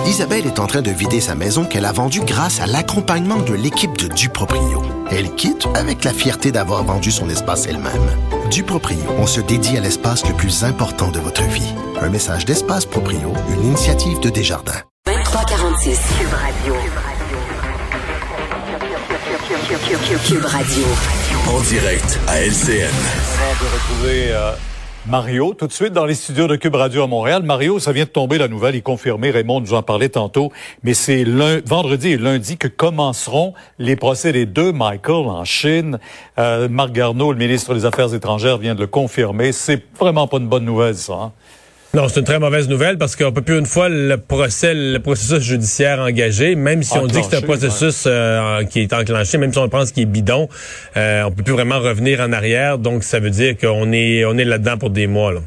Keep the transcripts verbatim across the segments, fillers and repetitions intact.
Isabelle est en train de vider sa maison qu'elle a vendue grâce à l'accompagnement de l'équipe de Duproprio. Elle quitte avec la fierté d'avoir vendu son espace elle-même. Duproprio, on se dédie à l'espace le plus important de votre vie. Un message d'Espace Proprio, une initiative de Desjardins. vingt-trois quarante-six, Cube Radio. Cube Radio. En direct à L C N. On va retrouver euh, Mario tout de suite dans les studios de Cube Radio à Montréal. Mario, ça vient de tomber la nouvelle, il confirmait, Raymond nous en parlait tantôt, mais c'est lundi, vendredi et lundi que commenceront les procès des deux Michael en Chine. Euh, Marc Garneau, le ministre des Affaires étrangères, vient de le confirmer. C'est vraiment pas une bonne nouvelle, ça, hein? Non, c'est une très mauvaise nouvelle parce qu'on peut plus une fois le procès, le processus judiciaire engagé, même si enclenché, on dit que c'est un processus ouais. euh, qui est enclenché, même si on pense qu'il est bidon, euh, on peut plus vraiment revenir en arrière. Donc, ça veut dire qu'on est, on est là-dedans pour des mois, là.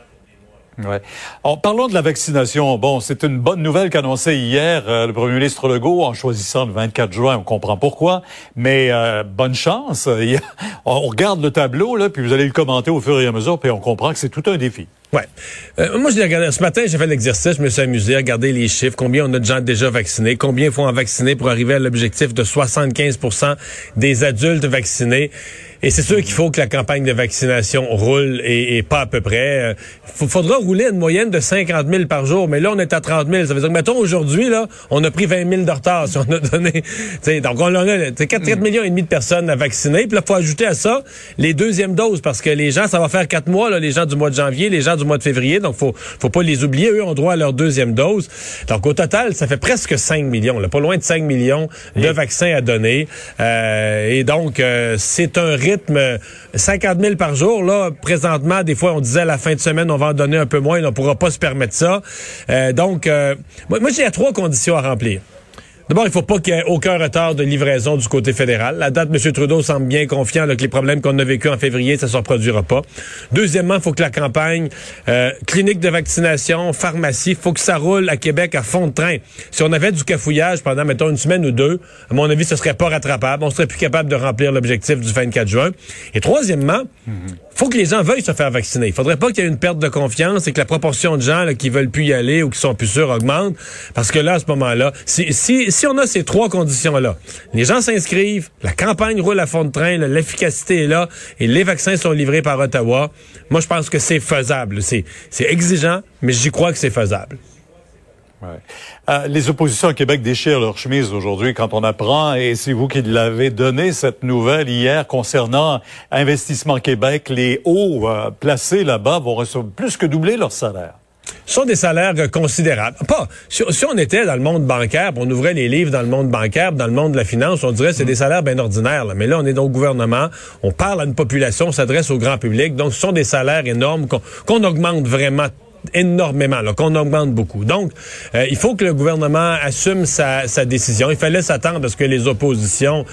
Ouais. En parlant de la vaccination, bon, c'est une bonne nouvelle qu'annonçait hier euh, le premier ministre Legault en choisissant le vingt-quatre juin. On comprend pourquoi, mais euh, bonne chance. On regarde le tableau là, puis vous allez le commenter au fur et à mesure, puis on comprend que c'est tout un défi. Ouais. Euh, moi, je l'ai regardé. Ce matin, j'ai fait l'exercice, je me suis amusé à regarder les chiffres, combien on a de gens déjà vaccinés, combien il faut en vacciner pour arriver à l'objectif de soixante-quinze pour cent des adultes vaccinés. Et c'est sûr qu'il faut que la campagne de vaccination roule et, et pas à peu près. Il faudra rouler une moyenne de cinquante mille par jour, mais là, on est à trente mille. Ça veut dire que, mettons, aujourd'hui, là, on a pris vingt mille de retard si on a donné... Donc, on a quatre millions et demi de personnes à vacciner. Puis là, il faut ajouter à ça les deuxièmes doses, parce que les gens, ça va faire quatre mois, là, les gens du mois de janvier, les gens du mois de février, donc faut faut pas les oublier. Eux ont droit à leur deuxième dose. Donc, au total, ça fait presque cinq millions, là, pas loin de cinq millions de vaccins à donner. Euh, et donc, euh, c'est un rythme cinquante mille par jour. Là, présentement, des fois, on disait à la fin de semaine, on va en donner un peu moins. Là, on pourra pas se permettre ça. Euh, donc, euh, moi, moi, j'ai trois conditions à remplir. D'abord, il faut pas qu'il y ait aucun retard de livraison du côté fédéral. La date, M. Trudeau semble bien confiant là, que les problèmes qu'on a vécu en février, ça ne se reproduira pas. Deuxièmement, il faut que la campagne euh, clinique de vaccination, pharmacie, il faut que ça roule à Québec à fond de train. Si on avait du cafouillage pendant, mettons, une semaine ou deux, à mon avis, ce serait pas rattrapable. On serait plus capable de remplir l'objectif du vingt-quatre juin. Et troisièmement, il mm-hmm. faut que les gens veuillent se faire vacciner. Il faudrait pas qu'il y ait une perte de confiance et que la proportion de gens là, qui veulent plus y aller ou qui sont plus sûrs augmente. Parce que là, à ce moment-là, si... si Si on a ces trois conditions-là, les gens s'inscrivent, la campagne roule à fond de train, là, l'efficacité est là et les vaccins sont livrés par Ottawa, moi, je pense que c'est faisable. C'est, c'est exigeant, mais j'y crois que c'est faisable. Ouais. Euh, les oppositions à Québec déchirent leur chemise aujourd'hui quand on apprend, et c'est vous qui l'avez donné, cette nouvelle hier concernant Investissement Québec, les hauts euh, placés là-bas vont recevoir plus que doubler leur salaire. Ce sont des salaires considérables. Pas, si, si on était dans le monde bancaire, on ouvrait les livres dans le monde bancaire, dans le monde de la finance, on dirait que c'est mmh. des salaires bien ordinaires. Là. Mais là, on est au gouvernement, on parle à une population, on s'adresse au grand public. Donc, ce sont des salaires énormes qu'on, qu'on augmente vraiment énormément, là, qu'on augmente beaucoup. Donc, euh, il faut que le gouvernement assume sa, sa décision. Il fallait s'attendre à ce que les oppositions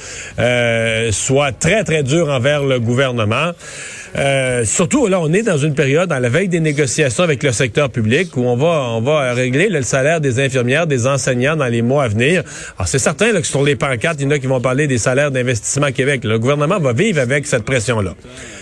euh, soient très, très dures envers le gouvernement. Euh, surtout, là, on est dans une période, dans la veille des négociations avec le secteur public, où on va on va régler là, le salaire des infirmières, des enseignants dans les mois à venir. Alors, c'est certain là, que sur les pancartes, il y en a qui vont parler des salaires d'Investissement Québec. Le gouvernement va vivre avec cette pression-là.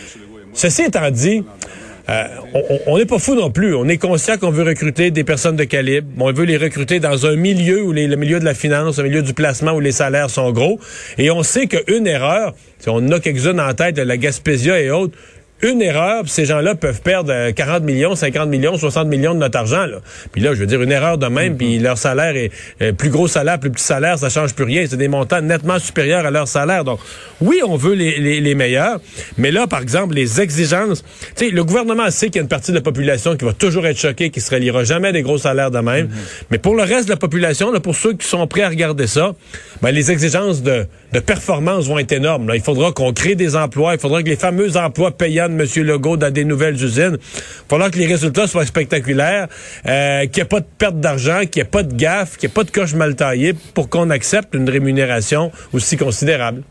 Ceci étant dit, Euh, on n'est pas fou non plus. On est conscient qu'on veut recruter des personnes de calibre. On veut les recruter dans un milieu où les, le milieu de la finance, un milieu du placement où les salaires sont gros. Et on sait qu'une erreur, si on en a quelques-unes en tête, la Gaspésia et autres, une erreur, puis ces gens-là peuvent perdre quarante millions, cinquante millions, soixante millions de notre argent. Là. Puis là, je veux dire, une erreur de même, mm-hmm. puis leur salaire est euh, plus gros salaire, plus petit salaire, ça change plus rien. C'est des montants nettement supérieurs à leur salaire. Donc, oui, on veut les, les, les meilleurs, mais là, par exemple, les exigences... Tu sais, le gouvernement sait qu'il y a une partie de la population qui va toujours être choquée, qui se reliera jamais à des gros salaires de même. Mm-hmm. Mais pour le reste de la population, là, pour ceux qui sont prêts à regarder ça, ben, les exigences de, de performance vont être énormes. Là. Il faudra qu'on crée des emplois, il faudra que les fameux emplois payants de M. Legault dans des nouvelles usines. Il faudra que les résultats soient spectaculaires, euh, qu'il n'y ait pas de perte d'argent, qu'il n'y ait pas de gaffe, qu'il n'y ait pas de coche mal taillée pour qu'on accepte une rémunération aussi considérable.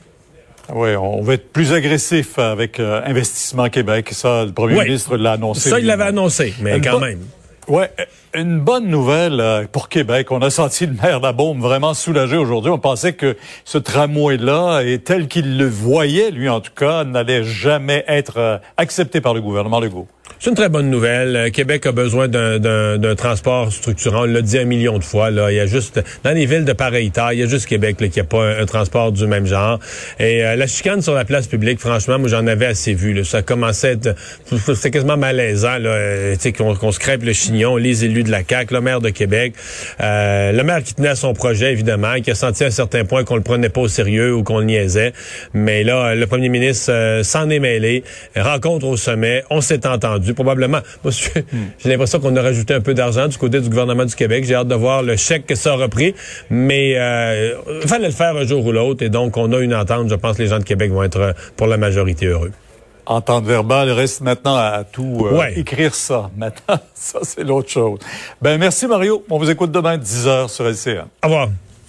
Oui, on va être plus agressif avec euh, Investissement Québec. Ça, le premier oui. ministre l'a annoncé. Ça, il l'avait annoncé, mais quand bon... même. Ouais. une bonne nouvelle euh, pour Québec. On a senti le maire Labaume vraiment soulagé aujourd'hui. On pensait que ce tramway-là, et tel qu'il le voyait, lui en tout cas, n'allait jamais être euh, accepté par le gouvernement Legault. C'est une très bonne nouvelle. Québec a besoin d'un, d'un, d'un transport structurant. On l'a dit un million de fois. Là, il y a juste dans les villes de pareille taille, il y a juste Québec là, qui n'a pas un, un transport du même genre. Et euh, la chicane sur la place publique, franchement, moi j'en avais assez vu. Là. Ça commençait à être, c'était quasiment malaisant. Là, euh, tu sais, qu'on, qu'on se crêpe le chignon. Les élus de la C A Q, le maire de Québec, euh, le maire qui tenait à son projet évidemment, qui a senti à un certain point qu'on le prenait pas au sérieux ou qu'on le niaisait. Mais là, le premier ministre euh, s'en est mêlé. Rencontre au sommet, on s'est entendu. Probablement. Moi, j'ai hmm. l'impression qu'on a rajouté un peu d'argent du côté du gouvernement du Québec. J'ai hâte de voir le chèque que ça aura pris. Mais euh, il fallait le faire un jour ou l'autre. Et donc, on a une entente. Je pense que les gens de Québec vont être, pour la majorité, heureux. Entente verbale, il reste maintenant à tout euh, ouais. écrire ça. Maintenant, ça, c'est l'autre chose. Ben, merci, Mario. On vous écoute demain à dix heures sur L C N. Au revoir.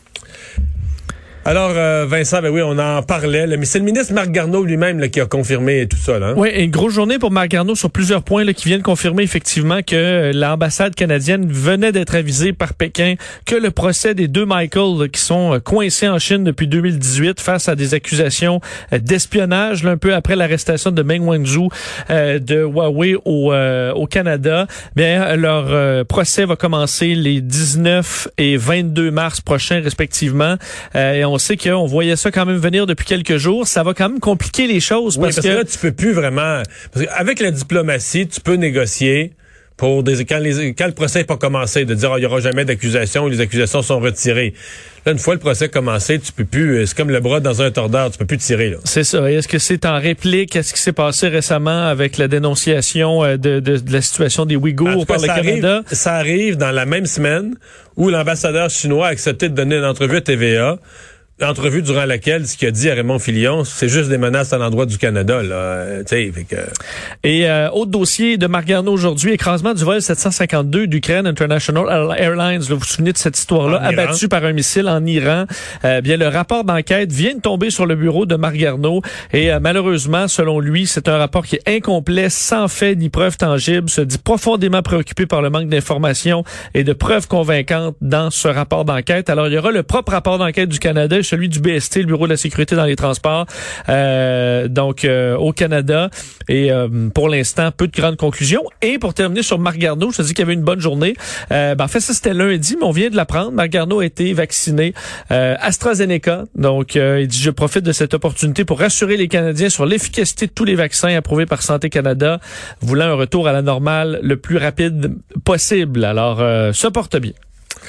Alors, euh, Vincent, ben oui, on en parlait, là, mais c'est le ministre Marc Garneau lui-même là, qui a confirmé tout ça. Là, hein? Oui, une grosse journée pour Marc Garneau sur plusieurs points là, qui viennent confirmer effectivement que l'ambassade canadienne venait d'être avisée par Pékin que le procès des deux Michael là, qui sont coincés en Chine depuis deux mille dix-huit face à des accusations d'espionnage, là, un peu après l'arrestation de Meng Wanzhou euh, de Huawei au, euh, au Canada. Bien, leur euh, procès va commencer les dix-neuf et vingt-deux mars prochains respectivement. Euh, et on On sait qu'on voyait ça quand même venir depuis quelques jours. Ça va quand même compliquer les choses. Oui, parce, parce que, que là, tu peux plus vraiment... Parce qu'avec la diplomatie, tu peux négocier pour des quand, les, quand le procès n'est pas commencé, de dire oh, il n'y aura jamais d'accusation, les accusations sont retirées. Là, une fois le procès commencé, tu peux plus... C'est comme le bras dans un tordeur, tu peux plus tirer. Là. C'est ça. Et est-ce que c'est en réplique? Est-ce qui s'est passé récemment avec la dénonciation de, de, de la situation des Ouïghours par le Canada? Arrive, ça arrive dans la même semaine où l'ambassadeur chinois a accepté de donner une entrevue à T V A. Entrevue durant laquelle ce qu'il a dit à Raymond Fillon, c'est juste des menaces à l'endroit du Canada, là. Euh, fait que... Et euh, autre dossier de Marc Garneau aujourd'hui, écrasement du vol sept cent cinquante-deux d'Ukraine International Airlines. Là, vous vous souvenez de cette histoire-là, abattu par un missile en Iran. Euh, bien, le rapport d'enquête vient de tomber sur le bureau de Marc Garneau et euh, malheureusement, selon lui, c'est un rapport qui est incomplet, sans fait ni preuve tangible, se dit profondément préoccupé par le manque d'informations et de preuves convaincantes dans ce rapport d'enquête. Alors, il y aura le propre rapport d'enquête du Canada, celui du B S T, le Bureau de la sécurité dans les transports, euh, donc euh, au Canada. Et euh, pour l'instant, peu de grandes conclusions. Et pour terminer sur Marc Garneau, je te dis qu'il y avait une bonne journée. Euh, ben, en fait, ça, c'était lundi, mais on vient de l'apprendre. Marc Garneau a été vacciné euh, AstraZeneca. Donc, euh, il dit, je profite de cette opportunité pour rassurer les Canadiens sur l'efficacité de tous les vaccins approuvés par Santé Canada, voulant un retour à la normale le plus rapide possible. Alors, euh, ça porte bien.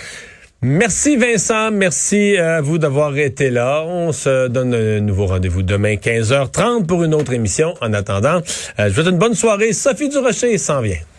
Merci Vincent, merci à vous d'avoir été là. On se donne un nouveau rendez-vous demain quinze heures trente pour une autre émission. En attendant, euh, je vous souhaite une bonne soirée. Sophie Durocher s'en vient.